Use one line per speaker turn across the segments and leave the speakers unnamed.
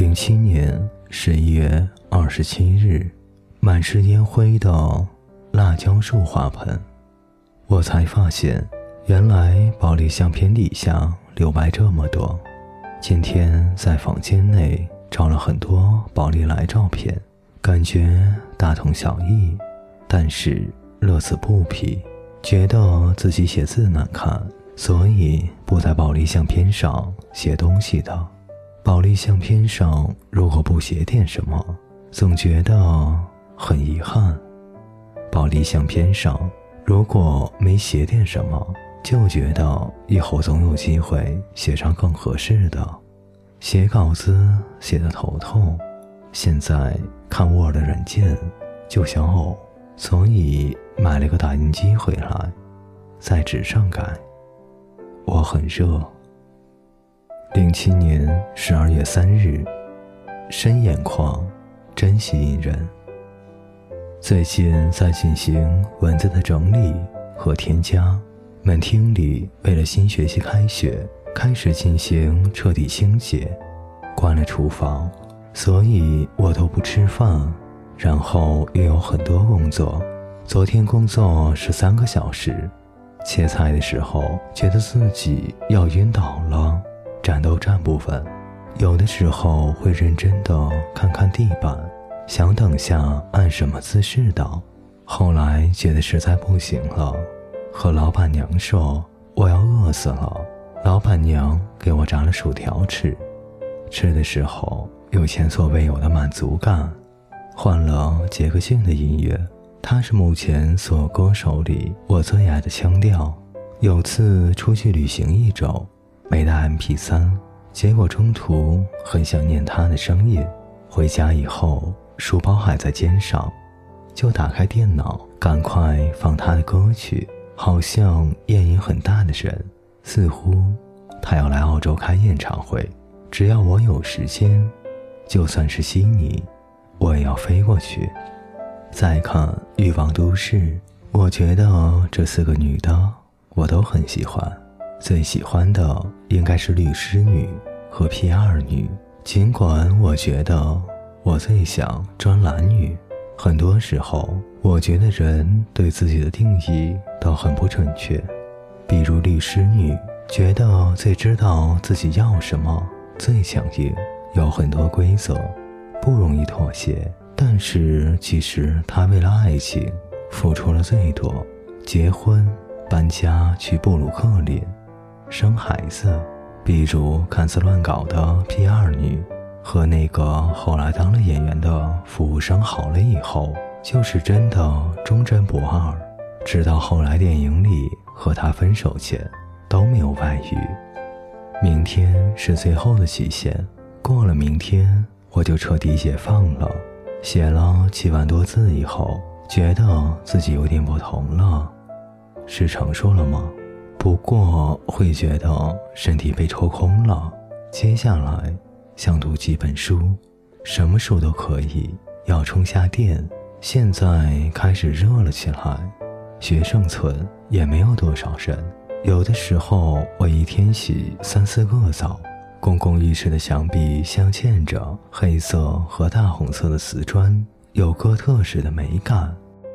2007年11月27日，满是烟灰的辣椒树花盆，我才发现原来保利相片底下留白这么多。今天在房间内照了很多宝丽来照片，感觉大同小异，但是乐此不疲，觉得自己写字难看，所以不在宝丽相片上写东西的。宝丽相片上如果不写点什么，总觉得很遗憾。宝丽相片上如果没写点什么，就觉得以后总有机会写上更合适的。写稿子写得头痛，现在看 Word 软件就想呕，所以买了个打印机回来，在纸上改。我很热。07年12月3日，深眼眶真吸引人。最近在进行文字的整理和添加，门厅里为了新学期开学，开始进行彻底清洁，关了厨房，所以我都不吃饭，然后又有很多工作。昨天工作13个小时，切菜的时候觉得自己要晕倒了，站都站不稳，有的时候会认真地看看地板，想等下按什么姿势倒。后来觉得实在不行了，和老板娘说我要饿死了，老板娘给我炸了薯条吃，吃的时候有前所未有的满足感。换了杰克逊的音乐，他是目前所有歌手里我最爱的腔调。有次出去旅行1周，没带 MP3， 结果中途很想念他的声音。回家以后书包还在肩上，就打开电脑赶快放他的歌曲，好像烟瘾很大的人，似乎他要来澳洲开演唱会，只要我有时间，就算是悉尼我也要飞过去。再看欲望都市，我觉得这4个女的我都很喜欢，最喜欢的应该是律师女和 PR 女，尽管我觉得我最想专栏女。很多时候我觉得人对自己的定义都很不准确，比如律师女觉得最知道自己要什么，最强硬，有很多规则，不容易妥协，但是其实她为了爱情付出了最多，结婚搬家去布鲁克林生孩子。比如看似乱搞的 PR 女和那个后来当了演员的服务生好了以后，就是真的忠贞不二，直到后来电影里和他分手前都没有外遇。明天是最后的期限，过了明天我就彻底解放了。写了7万多字以后，觉得自己有点不同了，是成熟了吗？不过会觉得身体被抽空了。接下来想读几本书，什么书都可以，要充下电。现在开始热了起来，学生村也没有多少人，有的时候我一天洗3、4个澡。公共浴室的墙壁镶嵌着黑色和大红色的瓷砖，有哥特式的美感。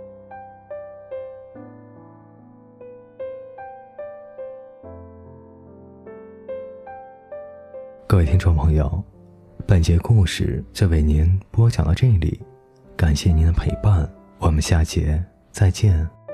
各位听众朋友，本节故事就为您播讲到这里，感谢您的陪伴，我们下节再见。